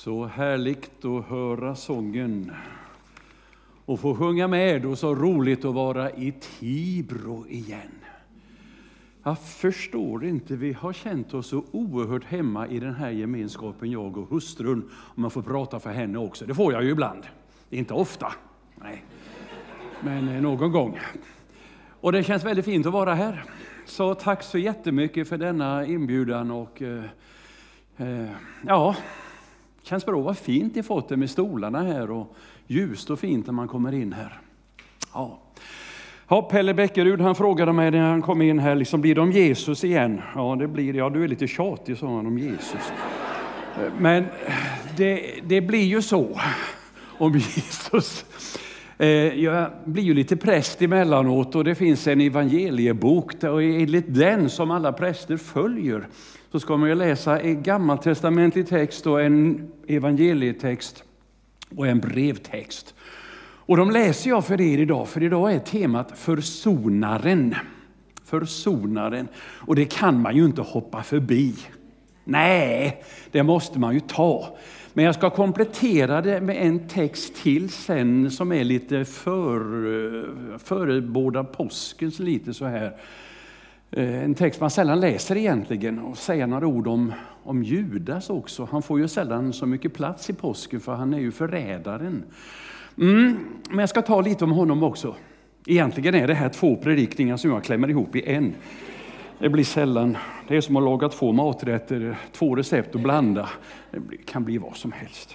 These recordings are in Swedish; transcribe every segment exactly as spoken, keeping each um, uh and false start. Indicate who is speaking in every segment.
Speaker 1: Så härligt att höra sången och få sjunga med, och så roligt att vara i Tibro igen. Jag förstår inte, vi har känt oss så oerhört hemma i den här gemenskapen, jag och hustrun, om man får prata för henne också. Det får jag ju ibland, inte ofta, nej, men någon gång. Och det känns väldigt fint att vara här. Så tack så jättemycket för denna inbjudan och eh, eh, ja... Känns bra, vad fint ni fått det med stolarna här och ljust och fint när man kommer in här. Ja. Ja, Pelle Bäckerud, han frågade mig när han kom in här, liksom, blir det om Jesus igen? Ja, det blir det. Ja, du är lite tjatig, sa han, om Jesus. Men det, det blir ju så om Jesus. Jag blir ju lite präst emellanåt och det finns en evangeliebok och enligt den som alla präster följer så ska man ju läsa en gammaltestamentlig text och en evangelietext och en brevtext. Och de läser jag för er idag, för idag är temat försonaren. Försonaren. Och det kan man ju inte hoppa förbi. Nej, det måste man ju ta. Men jag ska komplettera det med en text till sen som är lite för, förebådar påskens lite så här. En text man sällan läser egentligen och säga några ord om, om Judas också. Han får ju sällan så mycket plats i påsken för han är ju förrädaren. Mm, men jag ska ta lite om honom också. Egentligen är det här två predikningar som jag klämmer ihop i en. Det blir sällan, det är som att laga två maträtter, två recept att blanda. Det kan bli vad som helst.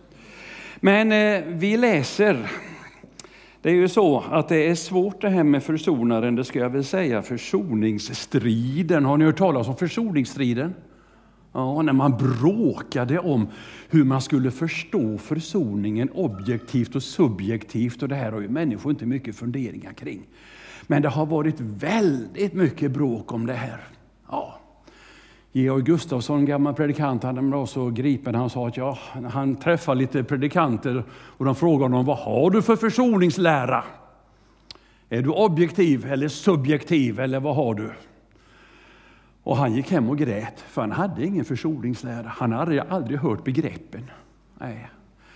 Speaker 1: Men eh, vi läser, det är ju så att det är svårt det här med försonaren, det ska jag väl säga, försoningsstriden. Har ni hört talas om försoningsstriden? Ja, när man bråkade om hur man skulle förstå försoningen objektivt och subjektivt, och det här har ju människor inte mycket funderingar kring. Men det har varit väldigt mycket bråk om det här. Ja. Georg Gustafsson, gammal predikant, han var så gripen. Han sa att ja, han träffade lite predikanter och de frågade honom, vad har du för försoningslära? Är du objektiv eller subjektiv eller vad har du? Och han gick hem och grät för han hade ingen försoningslära. Han hade aldrig hört begreppen. Nej.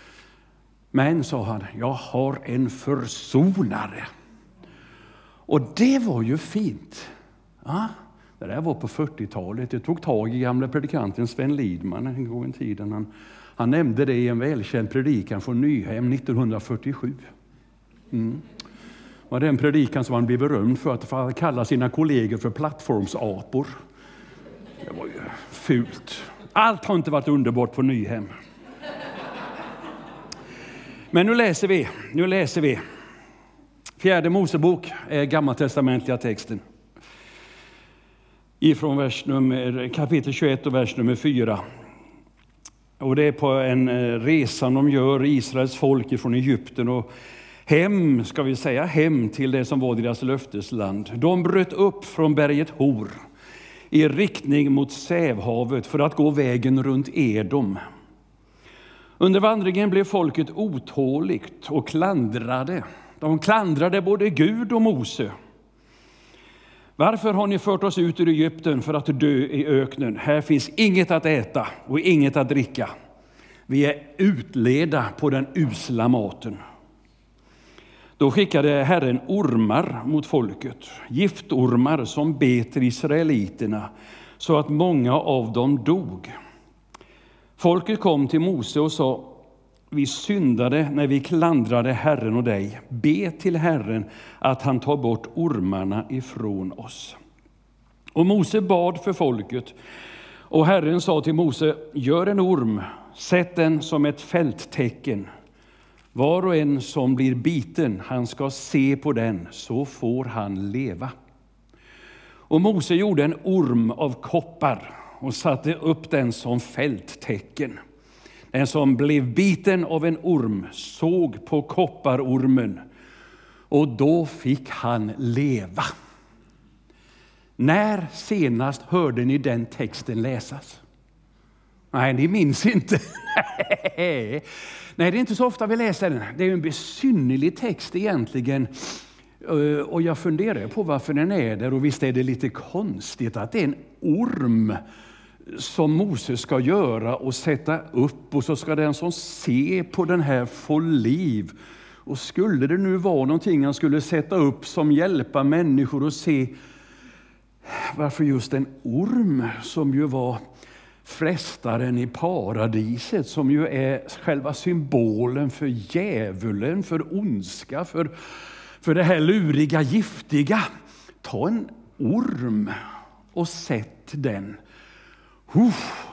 Speaker 1: Men, sa han, jag har en försonare. Och det var ju fint. Ja, det där var på fyrtiotalet. Det tog tag i gamla predikanten Sven Lidman en gång i tiden. Han, han nämnde det i en välkänd predikan från Nyhem nittonhundrafyrtiosju. Mm. Var den predikan som han blev berömd för att få kalla sina kollegor för plattformsapor. Det var ju fult. Allt har inte varit underbart på Nyhem. Men nu läser vi. Nu läser vi. Fjärde Mosebok är gammaltestamentliga texten. Ifrån vers nummer, kapitel tjugoett och vers nummer fyra. Och det är på en resa de gör, Israels folk från Egypten och hem, ska vi säga, hem till det som var deras löftesland. De bröt upp från berget Hor i riktning mot Sävhavet för att gå vägen runt Edom. Under vandringen blev folket otåligt och klandrade. De klandrade både Gud och Mose. Varför har ni fört oss ut ur Egypten för att dö i öknen? Här finns inget att äta och inget att dricka. Vi är utleda på den usla maten. Då skickade Herren ormar mot folket, giftormar som beter israeliterna så att många av dem dog. Folket kom till Mose och sa, vi syndade när vi klandrade Herren och dig. Be till Herren att han tar bort ormarna ifrån oss. Och Mose bad för folket. Och Herren sa till Mose, gör en orm, sätt den som ett fälttecken. Var och en som blir biten, han ska se på den, så får han leva. Och Mose gjorde en orm av koppar och satte upp den som fälttecken. Den som blev biten av en orm såg på kopparormen och då fick han leva. När senast hörde ni den texten läsas? Nej, ni minns inte. Nej, det är inte så ofta vi läser den. Det är en besynnerlig text egentligen. Och jag funderar på varför den är där. Och visst är det lite konstigt att det är en orm som Moses ska göra och sätta upp, och så ska den som ser på den här få liv. Och skulle det nu vara någonting han skulle sätta upp som hjälpa människor att se varför just en orm, som ju var frestaren i paradiset, som ju är själva symbolen för djävulen, för ondska, för, för det här luriga, giftiga. Ta en orm och sätt den. Uff.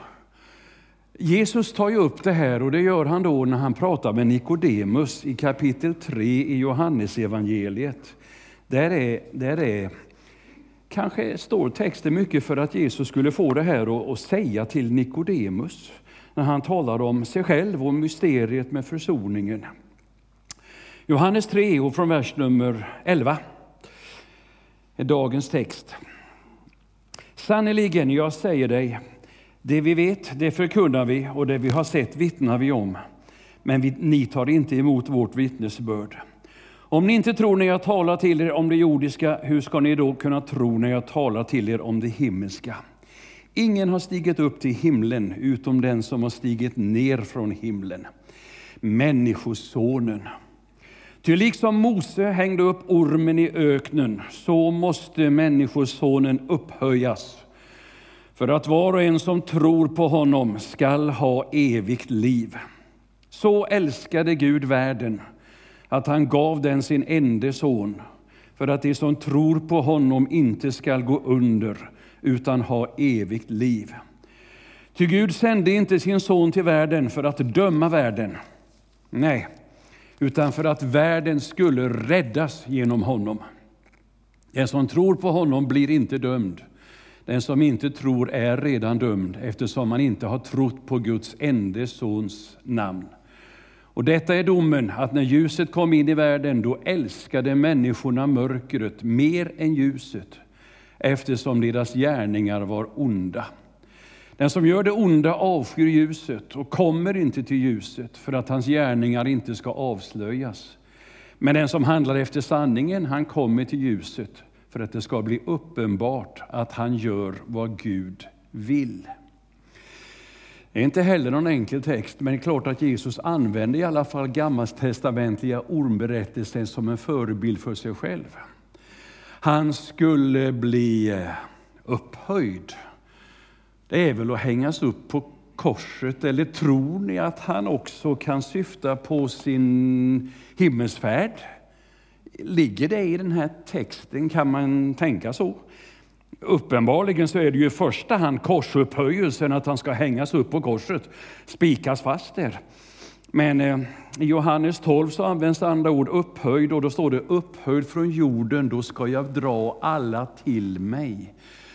Speaker 1: Jesus tar ju upp det här, och det gör han då när han pratar med Nikodemus i kapitel tre i Johannes evangeliet. Där är, där är kanske står texten mycket för att Jesus skulle få det här att säga till Nikodemus när han talar om sig själv och mysteriet med försoningen. Johannes tre och från vers nummer elva är dagens text. Sannerligen, jag säger dig, det vi vet, det förkunnar vi, och det vi har sett vittnar vi om. Men vi, ni tar inte emot vårt vittnesbörd. Om ni inte tror när jag talar till er om det jordiska, hur ska ni då kunna tro när jag talar till er om det himmelska? Ingen har stigit upp till himlen utom den som har stigit ner från himlen, människosonen. Ty liksom Mose hängde upp ormen i öknen, så måste människosonen upphöjas, för att var och en som tror på honom skall ha evigt liv. Så älskade Gud världen, att han gav den sin enda son, för att de som tror på honom inte skall gå under, utan ha evigt liv. Ty Gud sände inte sin son till världen för att döma världen. Nej, utan för att världen skulle räddas genom honom. Den som tror på honom blir inte dömd. Den som inte tror är redan dömd, eftersom man inte har trott på Guds enda sons namn. Och detta är domen, att när ljuset kom in i världen, då älskade människorna mörkret mer än ljuset, eftersom deras gärningar var onda. Den som gör det onda avskyr ljuset och kommer inte till ljuset, för att hans gärningar inte ska avslöjas. Men den som handlar efter sanningen, han kommer till ljuset, för att det ska bli uppenbart att han gör vad Gud vill. Det är inte heller någon enkel text, men det är klart att Jesus använder i alla fall gammaltestamentliga ormberättelsen som en förebild för sig själv. Han skulle bli upphöjd. Det är väl att hängas upp på korset, eller tror ni att han också kan syfta på sin himmelsfärd? Ligger det i den här texten, kan man tänka så? Uppenbarligen så är det ju i första hand korsupphöjelsen, att han ska hängas upp på korset, spikas fast där. Men eh, i Johannes tolv så används andra ord, upphöjd, och då står det upphöjd från jorden, då ska jag dra alla till mig.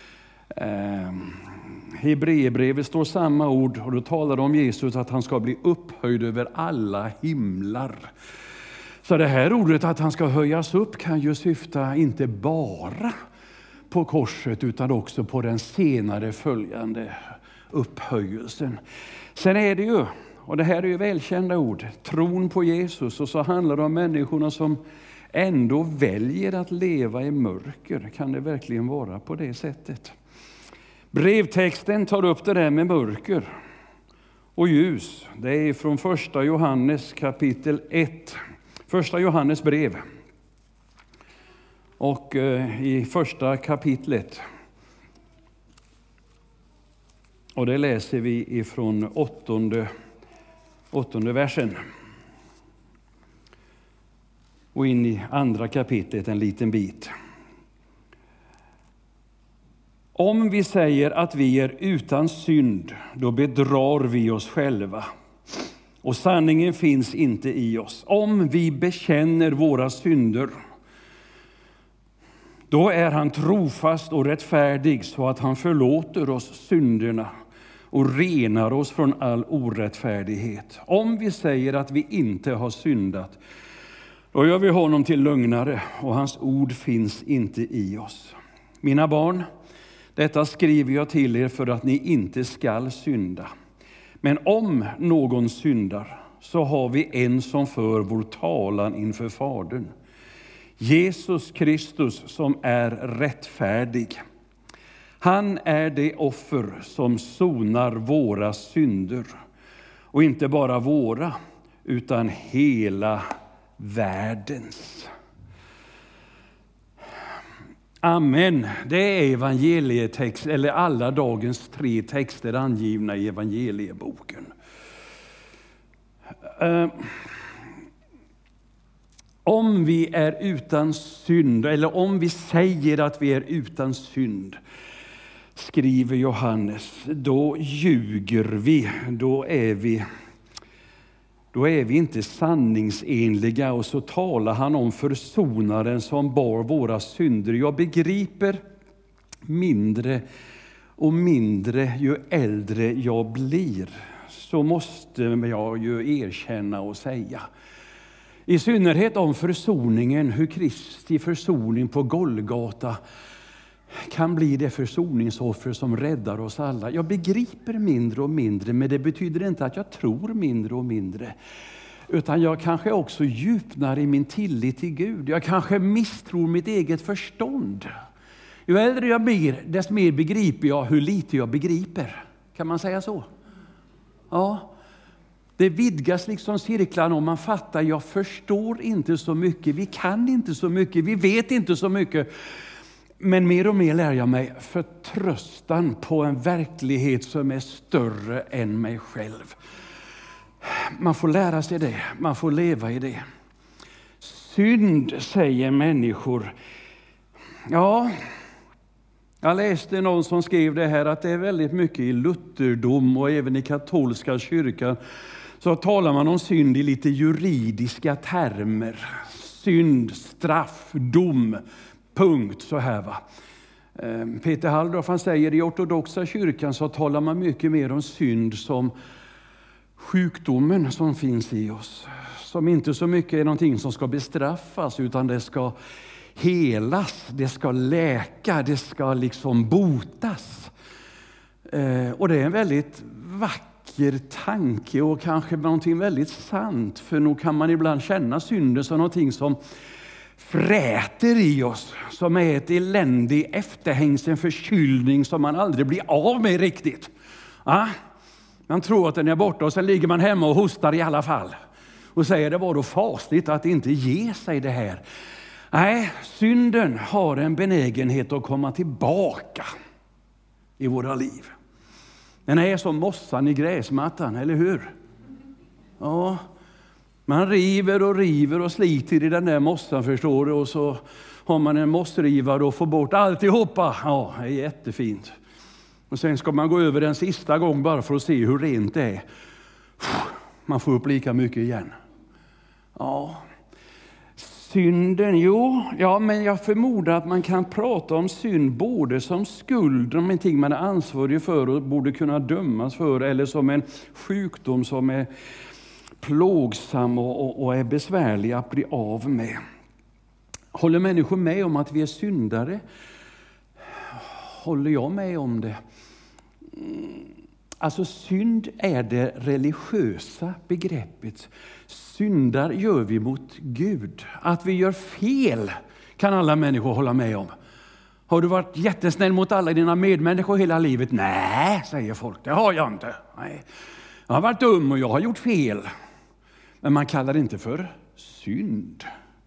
Speaker 1: Eh, Hebreerbrevet står samma ord, och då talar det om Jesus att han ska bli upphöjd över alla himlar. Så det här ordet att han ska höjas upp kan ju syfta inte bara på korset, utan också på den senare följande upphöjelsen. Sen är det ju, och det här är ju välkända ord, tron på Jesus, och så handlar det om människorna som ändå väljer att leva i mörker. Kan det verkligen vara på det sättet? Brevtexten tar upp det där med mörker och ljus. Det är från första Johannes kapitel ett. Första Johannes brev. Och i första kapitlet, och det läser vi ifrån åttonde, åttonde versen och in i andra kapitlet en liten bit. Om vi säger att vi är utan synd, då bedrar vi oss själva, och sanningen finns inte i oss. Om vi bekänner våra synder, då är han trofast och rättfärdig, så att han förlåter oss synderna och renar oss från all orättfärdighet. Om vi säger att vi inte har syndat, då gör vi honom till lögnare, och hans ord finns inte i oss. Mina barn, detta skriver jag till er för att ni inte skall synda. Men om någon syndar, så har vi en som för vår talan inför Fadern, Jesus Kristus, som är rättfärdig. Han är det offer som sonar våra synder. Och inte bara våra, utan hela världens. Amen. Det är evangelietext, eller alla dagens tre texter angivna i evangelieboken. Uh, om vi är utan synd, eller om vi säger att vi är utan synd, skriver Johannes, då ljuger vi, då är vi Då är vi inte sanningsenliga. Och så talar han om försonaren som bar våra synder. Jag begriper mindre och mindre ju äldre jag blir. Så måste jag ju erkänna och säga. I synnerhet om försoningen, hur Kristi försoning på Golgata kan bli det försoningsoffer som räddar oss alla. Jag begriper mindre och mindre, men det betyder inte att jag tror mindre och mindre. Utan jag kanske också djupnar i min tillit till Gud. Jag kanske misstror mitt eget förstånd. Ju äldre jag blir, desto mer begriper jag hur lite jag begriper. Kan man säga så? Ja. Det vidgas liksom cirklarna och man fattar, jag förstår inte så mycket. Vi kan inte så mycket, vi vet inte så mycket. Men mer och mer lär jag mig förtröstan på en verklighet som är större än mig själv. Man får lära sig det, man får leva i det. Synd, säger människor. Ja, jag läste någon som skrev det här att det är väldigt mycket i lutherdom och även i katolska kyrkan. Så talar man om synd i lite juridiska termer. Synd, straff, dom. Punkt, så här va. Peter Halldorf, han säger i ortodoxa kyrkan så talar man mycket mer om synd som sjukdomen som finns i oss. Som inte så mycket är någonting som ska bestraffas, utan det ska helas, det ska läka, det ska liksom botas. Och det är en väldigt vacker tanke och kanske någonting väldigt sant. För nog kan man ibland känna synden som någonting som fräter i oss, som är ett eländig efterhängs, en förkylning som man aldrig blir av med riktigt. Ja? Man tror att den är borta och sen ligger man hemma och hostar i alla fall. Och säger det var då fasligt att inte ge sig det här. Nej, synden har en benägenhet att komma tillbaka i våra liv. Den är som mossan i gräsmattan, eller hur? Ja. Man river och river och sliter i den där mossan, förstår du. Och så har man en mossrivare och får bort alltihopa. Ja, det är jättefint. Och sen ska man gå över en sista gång bara för att se hur rent det är. Man får upp lika mycket igen. Ja. Synden, jo. Ja, men jag förmodar att man kan prata om synd både som skuld, om någonting man är ansvarig för och borde kunna dömas för. Eller som en sjukdom som är plågsam och, och, och är besvärlig att bli av med. Håller människor med om att vi är syndare? Håller jag med om det? Alltså synd är det religiösa begreppet. Syndar gör vi mot Gud. Att vi gör fel kan alla människor hålla med om. Har du varit jättesnäll mot alla dina medmänniskor hela livet? Nej, säger folk. Det har jag inte. Nej. Jag har varit dum och jag har gjort fel. Men man kallar det inte för synd.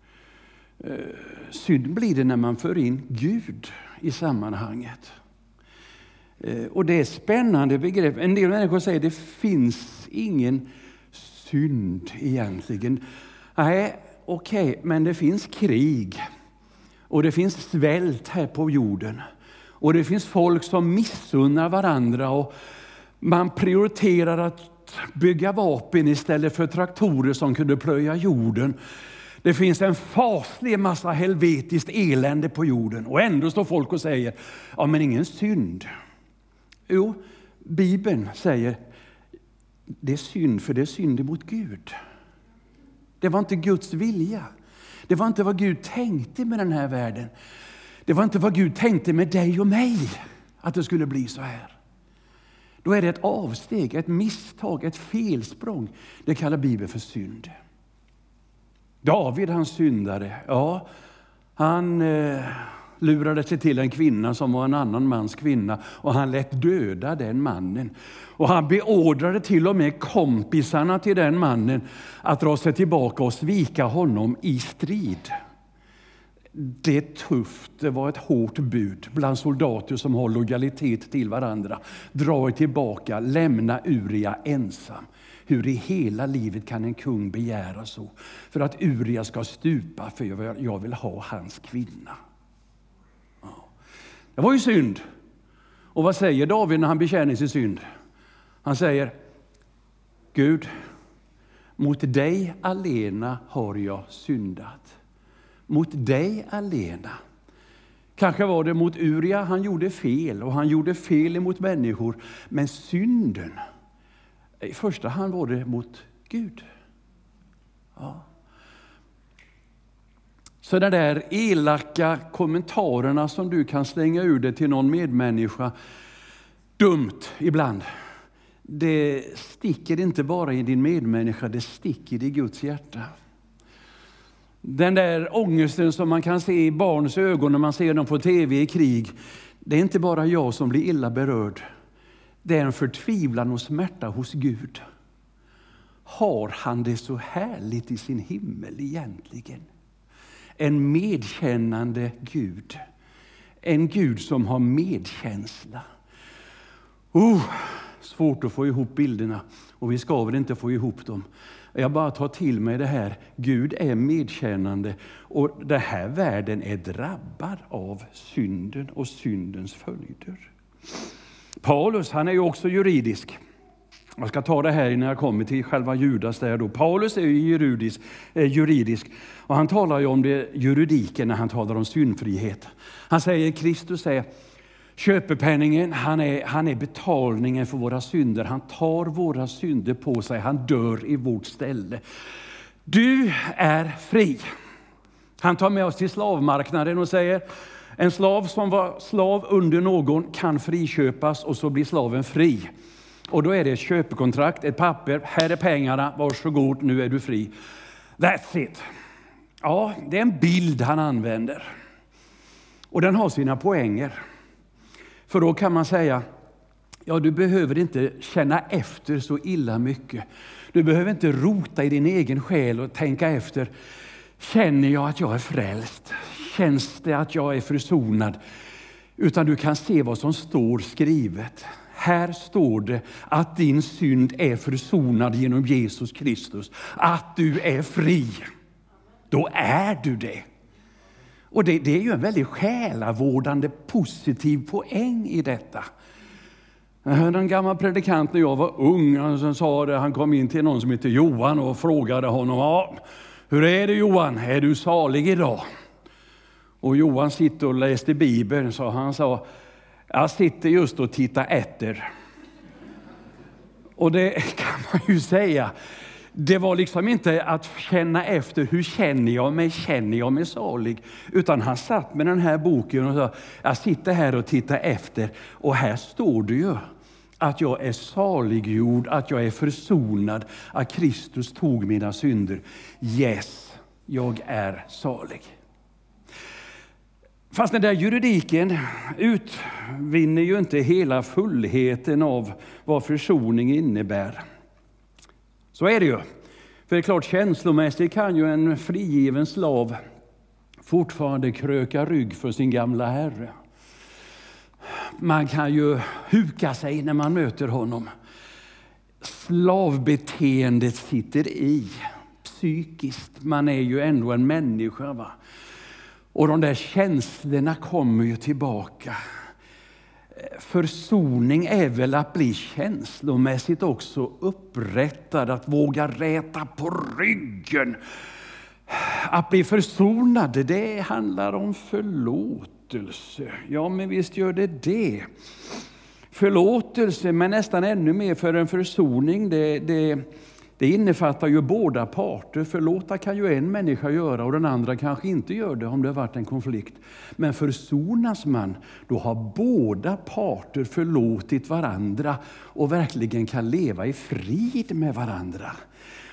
Speaker 1: Synd blir det när man för in Gud i sammanhanget. Och det är ett spännande begrepp. En del människor säger att det finns ingen synd egentligen. Nej, okej, okay, men det finns krig. Och det finns svält här på jorden. Och det finns folk som missunnar varandra. Och man prioriterar att bygga vapen istället för traktorer som kunde plöja jorden. Det finns en faslig massa helvetiskt elände på jorden. Och ändå står folk och säger, ja men ingen synd. Jo, Bibeln säger, det är synd för det är synd emot Gud. Det var inte Guds vilja. Det var inte vad Gud tänkte med den här världen. Det var inte vad Gud tänkte med dig och mig, att det skulle bli så här. Då är det ett avsteg, ett misstag, ett felsprång. Det kallar Bibeln för synd. David, han syndade. Ja, han eh, lurade sig till en kvinna som var en annan mans kvinna och han lät döda den mannen. Och han beordrade till och med kompisarna till den mannen att dra sig tillbaka och svika honom i strid. Det är tufft, det var ett hårt bud bland soldater som har lojalitet till varandra. Dra er tillbaka, lämna Uria ensam. Hur i hela livet kan en kung begära så? För att Uria ska stupa, för jag vill ha hans kvinna. Ja. Det var ju synd. Och vad säger David när han bekänner sin synd? Han säger: Gud, mot dig alena har jag syndat. Mot dig alena. Kanske var det mot Uria han gjorde fel, och han gjorde fel emot människor. Men synden, i första hand var det mot Gud. Ja. Så de där elaka kommentarerna som du kan slänga ur dig till någon medmänniska, dumt ibland, det sticker inte bara i din medmänniska, det sticker i Guds hjärta. Den där ångesten som man kan se i barns ögon när man ser dem på tv i krig, det är inte bara jag som blir illa berörd. Det är en förtvivlan och smärta hos Gud. Har han det så härligt i sin himmel egentligen? En medkännande Gud. En Gud som har medkänsla. Oh, svårt att få ihop bilderna, och vi ska väl inte få ihop dem. Jag bara tar till mig det här. Gud är medkännande, och den här världen är drabbad av synden och syndens följder. Paulus, han är ju också juridisk. Jag ska ta det här innan jag kommer till själva Judas där då. Paulus är ju juridisk, eh, juridisk och han talar ju om det juridiken när han talar om syndfrihet. Han säger Kristus är köpepenningen, han är, han är betalningen för våra synder. Han tar våra synder på sig, han dör i vårt ställe. Du är fri. Han tar med oss till slavmarknaden och säger: en slav som var slav under någon kan friköpas, och så blir slaven fri. Och då är det ett köpekontrakt, ett papper. Här är pengarna, varsågod, nu är du fri. That's it. Ja, det är en bild han använder. Och den har sina poänger. För då kan man säga, ja, du behöver inte känna efter så illa mycket. Du behöver inte rota i din egen själ och tänka efter. Känner jag att jag är frälst? Känns det att jag är försonad? Utan du kan se vad som står skrivet. Här står det att din synd är försonad genom Jesus Kristus. Att du är fri. Då är du det. Och det, det är ju en väldigt själavårdande positiv poäng i detta. En gammal predikant när jag var ung, han sa det, han kom in till någon som heter Johan och frågade honom: ja, hur är det Johan, är du salig idag? Och Johan sitter och läste Bibeln, så han sa: jag sitter just och tittar efter. Och det kan man ju säga. Det var liksom inte att känna efter, hur känner jag mig, känner jag mig salig? Utan han satt med den här boken och sa: jag sitter här och tittar efter. Och här står det ju att jag är saliggjord, att jag är försonad, att Kristus tog mina synder. Yes, jag är salig. Fast den där juridiken utvinner ju inte hela fullheten av vad försoning innebär. Så är det ju. För det är klart, känslomässigt kan ju en frigiven slav fortfarande kröka rygg för sin gamla herre. Man kan ju huka sig när man möter honom. Slavbeteendet sitter i psykiskt. Man är ju ändå en människa, va? Och de där känslorna kommer ju tillbaka. Försoning är väl att bli känslomässigt också upprättad. Att våga räta på ryggen. Att bli försonad, det handlar om förlåtelse. Ja, men visst gör det det. Förlåtelse, men nästan ännu mer för en försoning. Det, det, det innefattar ju båda parter. Förlåta kan ju en människa göra och den andra kanske inte gör det om det har varit en konflikt. Men försonas man, då har båda parter förlåtit varandra och verkligen kan leva i frid med varandra.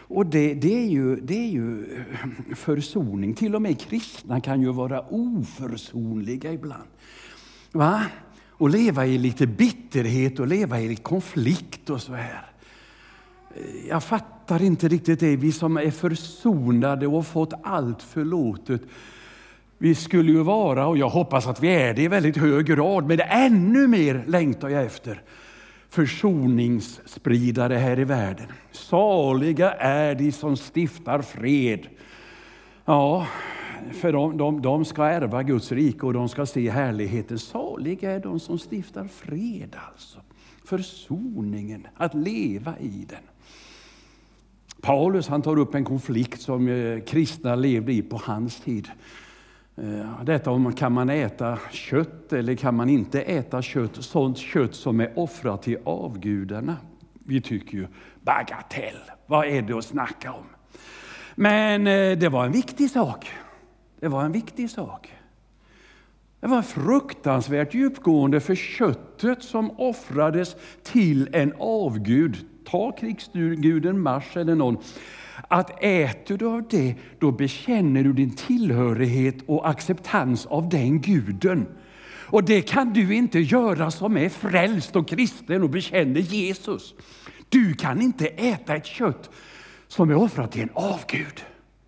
Speaker 1: Och det, det, är ju, det är ju försoning. Till och med kristna kan ju vara oförsonliga ibland. Va? Och leva i lite bitterhet och leva i konflikt och så här. Jag fattar inte riktigt det. Vi som är försonade och fått allt förlåtet. Vi skulle ju vara, och jag hoppas att vi är det i väldigt hög grad, men ännu mer längtar jag efter försoningsspridare här i världen. Saliga är de som stiftar fred. Ja, för de, de, de ska ärva Guds rike och de ska se härligheten. Saliga är de som stiftar fred alltså. Försoningen, att leva i den. Paulus han tar upp en konflikt som eh, kristna levde i på hans tid. Eh, detta om kan man äta kött eller kan man inte äta kött. Sånt kött som är offrat till avgudarna. Vi tycker ju bagatell. Vad är det att snacka om? Men eh, det var en viktig sak. Det var en viktig sak. Det var fruktansvärt djupgående för köttet som offrades till en avgud. Ta krigsguden Mars eller någon. Att äter du av det, då bekänner du din tillhörighet och acceptans av den guden. Och det kan du inte göra som är frälst och kristen och bekänner Jesus. Du kan inte äta ett kött som är offrat till en avgud.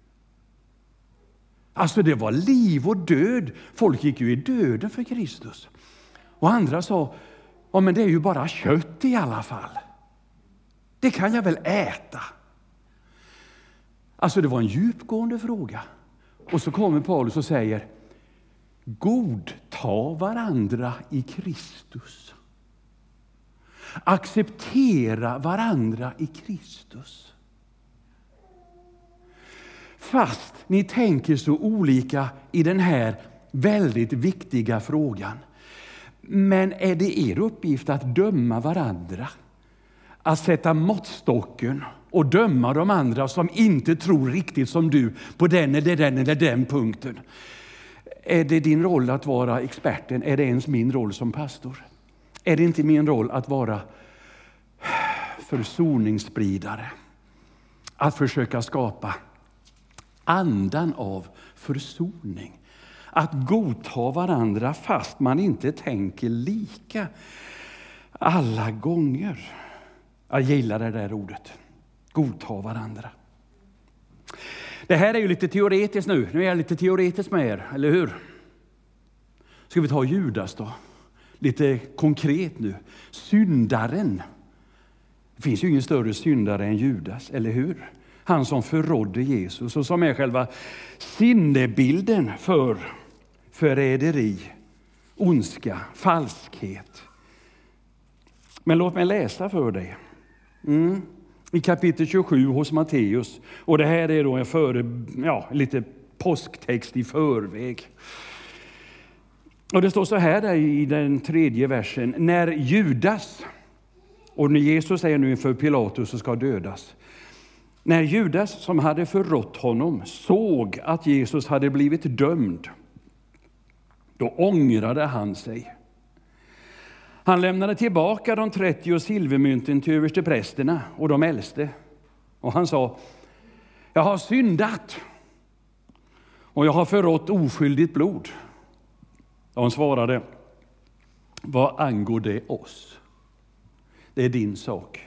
Speaker 1: Alltså det var liv och död. Folk gick ju i döden för Kristus. Och andra sa, ja men det är ju bara kött i alla fall. Det kan jag väl äta. Alltså det var en djupgående fråga. Och så kommer Paulus och säger, godta varandra i Kristus. Acceptera varandra i Kristus. Fast ni tänker så olika i den här väldigt viktiga frågan. Men är det er uppgift att döma varandra? Att sätta måttstocken och döma de andra som inte tror riktigt som du på den eller den eller den punkten. Är det din roll att vara experten? Är det ens min roll som pastor? Är det inte min roll att vara försoningsspridare? Att försöka skapa andan av försoning. Att godta varandra fast man inte tänker lika alla gånger. Jag gillar det där ordet. Godta varandra. Det här är ju lite teoretiskt nu. Nu är jag lite teoretisk med er, eller hur? Ska vi ta Judas då? Lite konkret nu. Syndaren. Det finns ju ingen större syndare än Judas, eller hur? Han som förrådde Jesus och som är själva sinnebilden för förräderi, ondska, falskhet. Men låt mig läsa för dig. Mm. I kapitel tjugosju hos Matteus. Och det här är då en före, ja, lite påsktext i förväg. Och det står så här där i den tredje versen. När Judas, och när Jesus är nu inför Pilatus och ska dödas. När Judas som hade förrått honom såg att Jesus hade blivit dömd, då ångrade han sig. Han lämnade tillbaka de trettio silvermynten till översteprästerna och de äldste. Och han sa, jag har syndat och jag har förrått oskyldigt blod. Och han svarade, vad angår det oss? Det är din sak.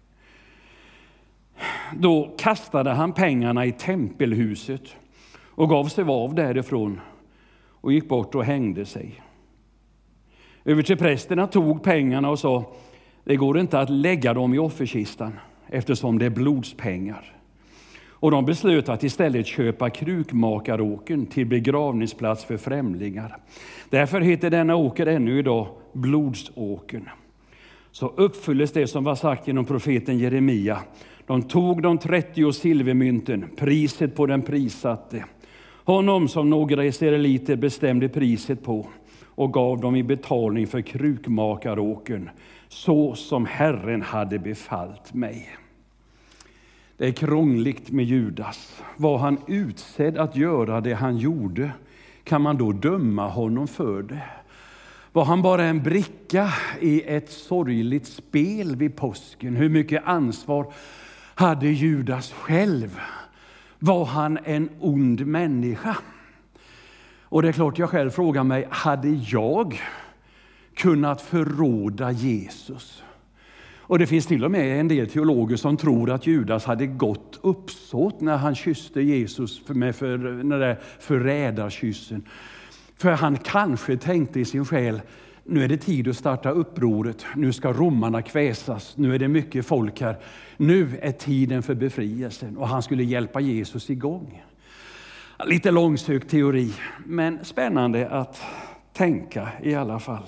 Speaker 1: Då kastade han pengarna i tempelhuset och gav sig av därifrån och gick bort och hängde sig. Översteprästerna tog pengarna och sa, det går inte att lägga dem i offerkistan eftersom det är blodspengar. Och de beslöt att istället köpa krukmakaråkern till begravningsplats för främlingar. Därför heter denna åker ännu idag blodsåkern. Så uppfylldes det som var sagt genom profeten Jeremia. De tog de trettio silvermynten, priset på den prissatte. Honom som några israeliter bestämde priset på och gav dem i betalning för krukmakaråkern, så som Herren hade befallt mig. Det är krångligt med Judas. Var han utsedd att göra det han gjorde? Kan man då döma honom för det? Var han bara en bricka i ett sorgligt spel vid påsken? Hur mycket ansvar Hade Judas själv, var han en ond människa? Och det är klart jag själv frågar mig, hade jag kunnat förråda Jesus? Och det finns till och med en del teologer som tror att Judas hade gått uppsåt när han kysste Jesus med för, när det förrädarkyssen. För han kanske tänkte i sin själ, nu är det tid att starta upproret. Nu ska romarna kväsas. Nu är det mycket folk här. Nu är tiden för befrielsen. Och han skulle hjälpa Jesus igång. Lite långsökt teori, men spännande att tänka i alla fall.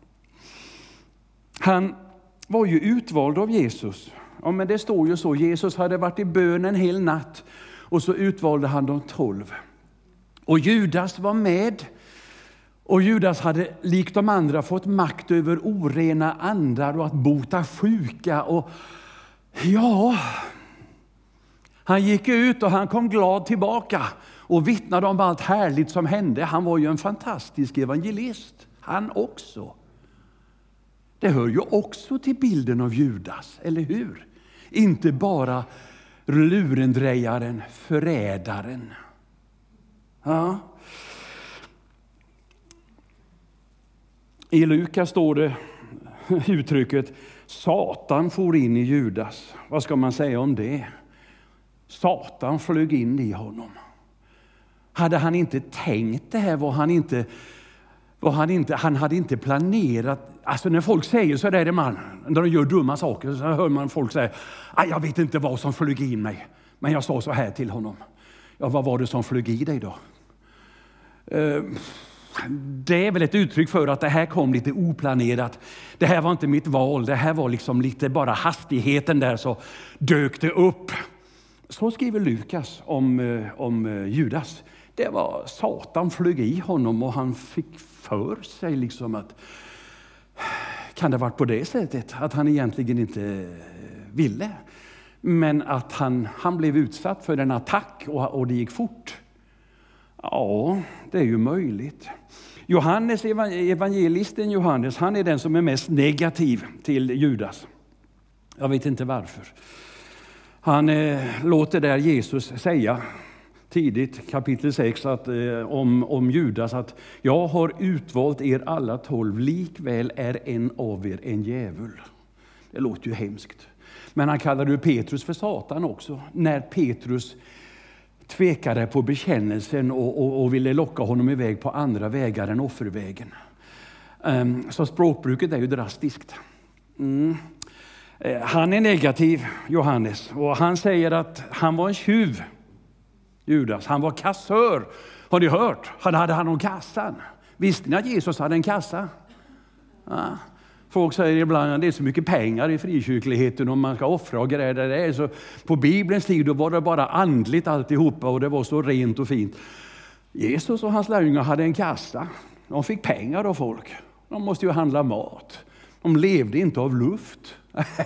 Speaker 1: Han var ju utvald av Jesus. Ja, men det står ju så. Jesus hade varit i bön en hel natt. Och så utvalde han de tolv. Och Judas var med. Och Judas hade likt de andra fått makt över orena andar och att bota sjuka. Och ja, han gick ut och han kom glad tillbaka och vittnade om allt härligt som hände. Han var ju en fantastisk evangelist, han också. Det hör ju också till bilden av Judas, eller hur? Inte bara lurendrejaren, förrädaren. Ja. I Lukas står det uttrycket Satan for in i Judas. Vad ska man säga om det? Satan flög in i honom. Hade han inte tänkt det här, var han inte, var han inte, han hade inte planerat. Alltså när folk säger så där, man, när de gör dumma saker, så hör man folk säga, jag vet inte vad som flög in mig, men jag sa så här till honom. Ja, vad var det som flög i dig då? Uh, Det är väl ett uttryck för att det här kom lite oplanerat. Det här var inte mitt val. Det här var liksom lite bara hastigheten där, så dök det upp. Så skriver Lukas om, om Judas. Det var Satan flög i honom och han fick för sig liksom att kan det varit på det sättet att han egentligen inte ville. Men att han, han blev utsatt för en attack och, och det gick fort. Ja, det är ju möjligt. Johannes, evangelisten Johannes, han är den som är mest negativ till Judas. Jag vet inte varför. Han eh, låter där Jesus säga tidigt, kapitel sex, att, eh, om, om Judas, att jag har utvalt er alla tolv, likväl är en av er en djävul. Det låter ju hemskt. Men han kallar ju Petrus för Satan också. När Petrus tvekade på bekännelsen och, och, och ville locka honom iväg på andra vägar än offervägen. Um, så språkbruket är ju drastiskt. Mm. Uh, han är negativ, Johannes. Och han säger att han var en tjuv, Judas. Han var kassör. Har ni hört? Han hade hand om kassan. Visste ni att Jesus hade en kassa? Ja. Folk säger ibland att det är så mycket pengar i frikyrkligheten om man ska offra och grejer. Det är så. På Bibelns tid då var det bara andligt alltihopa och det var så rent och fint. Jesus och hans lärjungar hade en kassa. De fick pengar av folk. De måste ju handla mat. De levde inte av luft.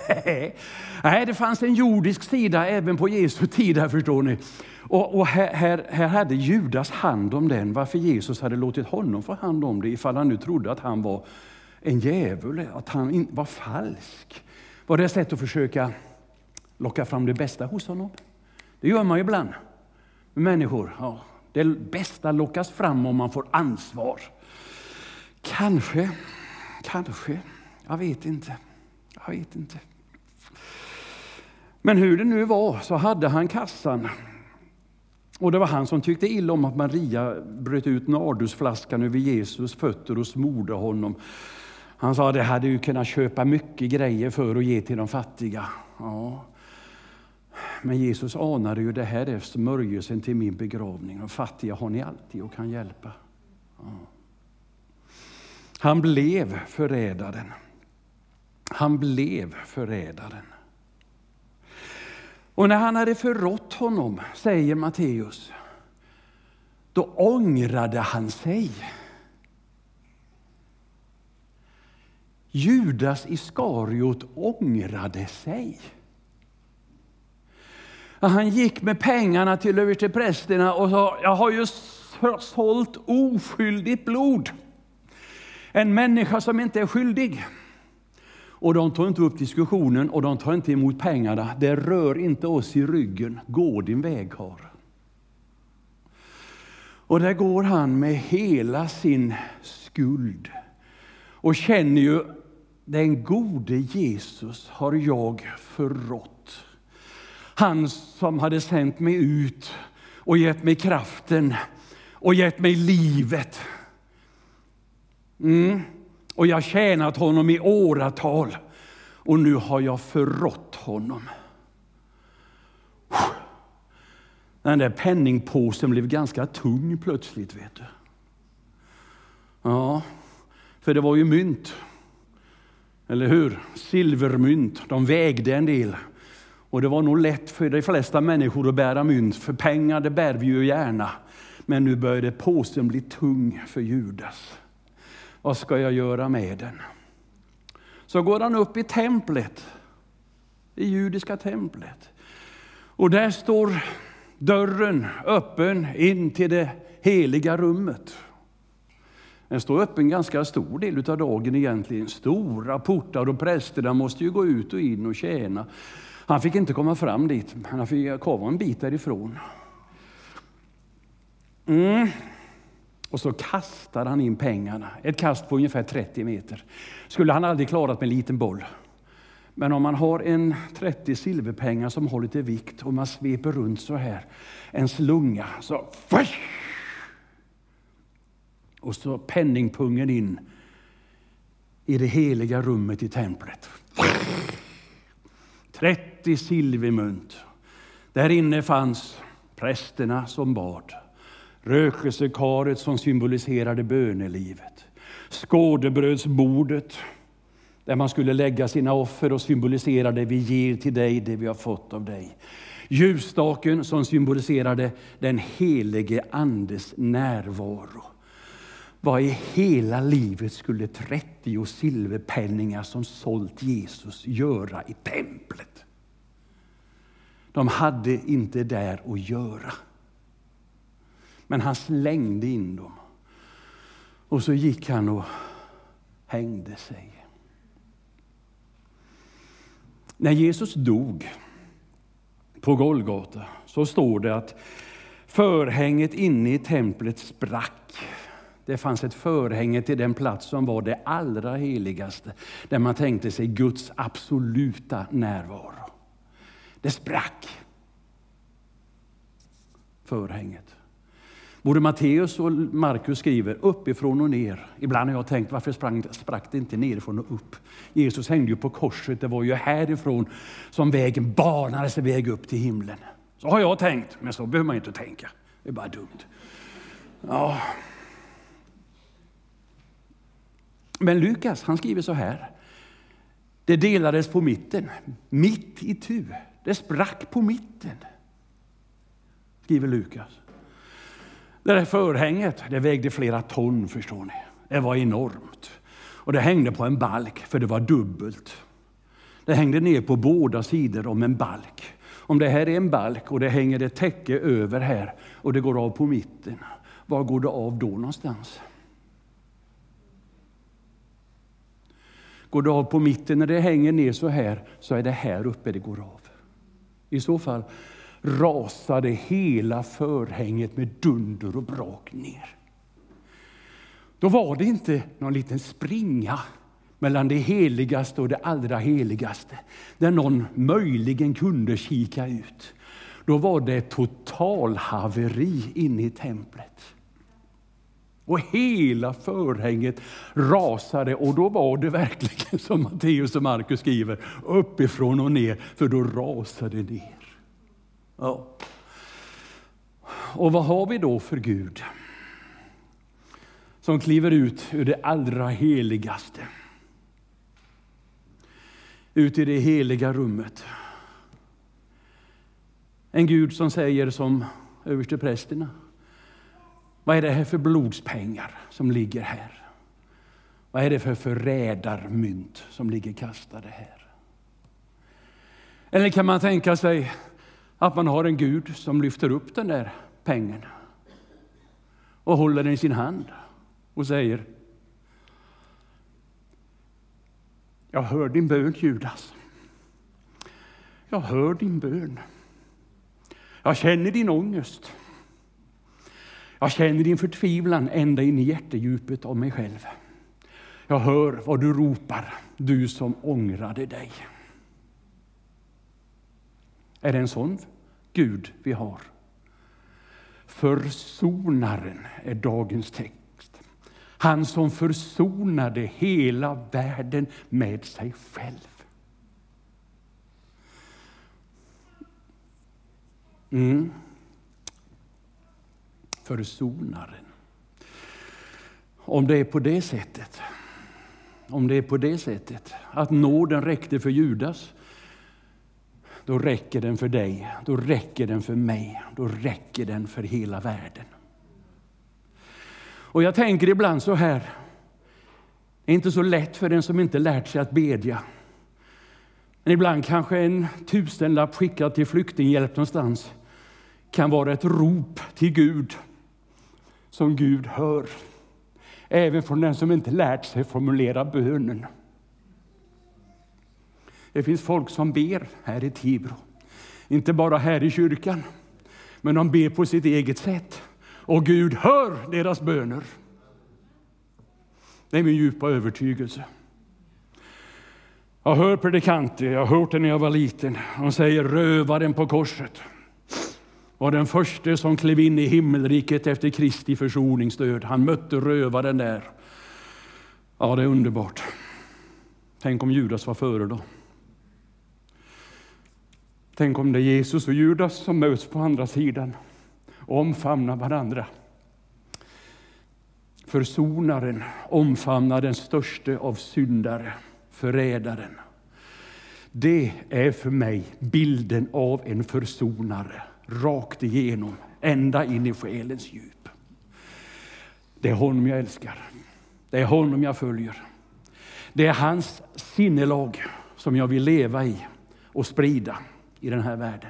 Speaker 1: Nej, det fanns en jordisk sida även på Jesu tid här, förstår ni. Och, och här, här, här hade Judas hand om den. Varför Jesus hade låtit honom få hand om det ifall han nu trodde att han var en djävul, att han var falsk. Var det ett sätt att försöka locka fram det bästa hos honom? Det gör man ju ibland med människor. Ja, det bästa lockas fram om man får ansvar. Kanske, kanske. Jag vet inte. Jag vet inte. Men hur det nu var så hade han kassan. Och det var han som tyckte illa om att Maria bröt ut nardusflaskan över Jesus fötter och smorde honom. Han sa att det hade ju kunnat köpa mycket grejer för att ge till de fattiga. Ja. Men Jesus anade ju det här är smörjelsen till min begravning. Och fattiga har ni alltid och kan hjälpa. Ja. Han blev förrädaren. Han blev förrädaren. Och när han hade förrått honom, säger Matteus, då ångrade han sig. Judas Iskariot ångrade sig. Han gick med pengarna till översteprästerna och sa, jag har ju sålt oskyldigt blod. En människa som inte är skyldig. Och de tar inte upp diskussionen och de tar inte emot pengarna. Det rör inte oss i ryggen. Gå din väg, har. Och där går han med hela sin skuld. Och känner ju, den gode Jesus har jag förrått. Han som hade sänt mig ut och gett mig kraften och gett mig livet. Mm. Och jag har tjänat honom i åratal. Och nu har jag förrått honom. Den där penningpåsen blev ganska tung plötsligt, vet du. Ja, för det var ju mynt. Eller hur? Silvermynt. De vägde en del. Och det var nog lätt för de flesta människor att bära mynt. För pengar, det bär vi ju gärna. Men nu började påsen bli tung för Judas. Vad ska jag göra med den? Så går han upp i templet. I judiska templet. Och där står dörren öppen in till det heliga rummet. Den står öppen ganska stor del av dagen egentligen. Stora portar och prästerna måste ju gå ut och in och tjäna. Han fick inte komma fram dit. Han fick komma en bit därifrån. Mm. Och så kastar han in pengarna. Ett kast på ungefär trettio meter. Skulle han aldrig klarat med en liten boll. Men om man har en trettio silverpengar som har lite vikt och man sveper runt så här. En slunga. Så... Och så penningpungen in i det heliga rummet i templet. trettio silvermynt. Där inne fanns prästerna som bad. Rökelsekaret som symboliserade bönelivet. Skådebrödsbordet där man skulle lägga sina offer och symboliserade vi ger till dig det vi har fått av dig. Ljusstaken som symboliserade den helige andes närvaro. Vad i hela livet skulle trettio silverpenningar som sålt Jesus göra i templet? De hade inte där att göra. Men han slängde in dem. Och så gick han och hängde sig. När Jesus dog på Golgata så står det att förhänget inne i templet sprack. Det fanns ett förhänge till den plats som var det allra heligaste. Där man tänkte sig Guds absoluta närvaro. Det sprack. Förhänget. Både Matteus och Markus skriver uppifrån och ner. Ibland har jag tänkt, varför sprang, sprack det inte nerifrån och upp? Jesus hängde ju på korset. Det var ju härifrån som vägen banade sig väg upp till himlen. Så har jag tänkt, men så behöver man inte tänka. Det är bara dumt. Ja. Men Lukas, han skriver så här. Det delades på mitten. Mitt i tu. Det sprack på mitten. Skriver Lukas. Det där förhänget, det vägde flera ton, förstår ni. Det var enormt. Och det hängde på en balk, för det var dubbelt. Det hängde ner på båda sidor om en balk. Om det här är en balk och det hänger ett täcke över här och det går av på mitten. Var går det av då någonstans? Går det av på mitten när det hänger ner så här, så är det här uppe det går av. I så fall rasade hela förhänget med dunder och brak ner. Då var det inte någon liten springa mellan det heligaste och det allra heligaste, där någon möjligen kunde kika ut. Då var det ett totalhaveri inne i templet. Och hela förhänget rasade, och då var det verkligen som Matteus och Markus skriver, uppifrån och ner, för då rasade det ner. Ja. Och vad har vi då för Gud som kliver ut ur det allra heligaste, ut i det heliga rummet? En Gud som säger som översteprästerna: vad är det här för blodspengar som ligger här? Vad är det för förrädarmynt som ligger kastade här? Eller kan man tänka sig att man har en Gud som lyfter upp den där pengen och håller den i sin hand och säger: Jag hör din bön, Judas. Jag hör din bön. Jag känner din ångest. Jag känner din förtvivlan ända in i hjärtedjupet av mig själv. Jag hör vad du ropar, du som ångrade dig. Är det en sån Gud vi har? Försonaren är dagens text. Han som försonade hela världen med sig själv. Mm. Försonaren. Om det är på det sättet, om det är på det sättet att nåden räckte för Judas, då räcker den för dig, då räcker den för mig, då räcker den för hela världen. Och jag tänker ibland så här, det är inte så lätt för den som inte lärt sig att bedja. Men ibland kanske en tusenlapp skickad till flyktinghjälp någonstans kan vara ett rop till Gud som Gud hör. Även från den som inte lärt sig formulera bönen. Det finns folk som ber här i Tibro. Inte bara här i kyrkan. Men de ber på sitt eget sätt. Och Gud hör deras böner. Det är min djupa övertygelse. Jag hör predikanter, jag har hört det när jag var liten. De säger rövaren på korset var den första som klev in i himmelriket efter Kristi försoningsdöd. Han mötte rövaren där. Ja, det är underbart. Tänk om Judas var före då. Tänk om det är Jesus och Judas som möts på andra sidan och omfamnar varandra. Försonaren omfamnar den största av syndare, förrädaren. Det är för mig bilden av en försonare, rakt igenom, ända in i själens djup. Det är honom jag älskar. Det är honom jag följer. Det är hans sinnelag som jag vill leva i och sprida i den här världen.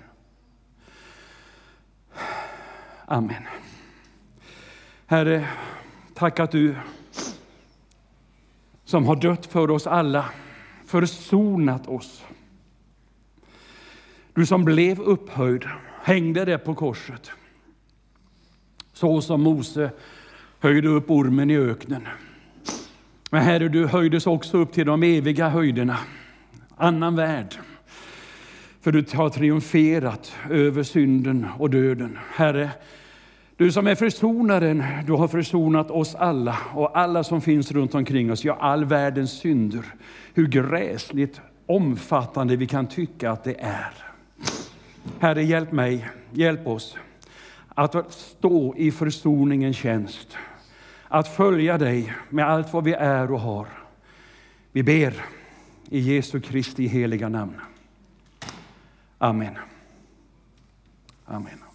Speaker 1: Amen. Herre, tack att du som har dött för oss alla, försonat oss. Du som blev upphöjd, hängde där på korset. Så som Mose höjde upp ormen i öknen. Men Herre, du höjdes också upp till de eviga höjderna. Annan värld. För du har triumferat över synden och döden. Herre, du som är försonaren, du har försonat oss alla och alla som finns runt omkring oss. Ja, all världens synder. Hur gräsligt omfattande vi kan tycka att det är. Herre, hjälp mig, hjälp oss att stå i försoningens tjänst. Att följa dig med allt vad vi är och har. Vi ber i Jesu Kristi heliga namn. Amen. Amen.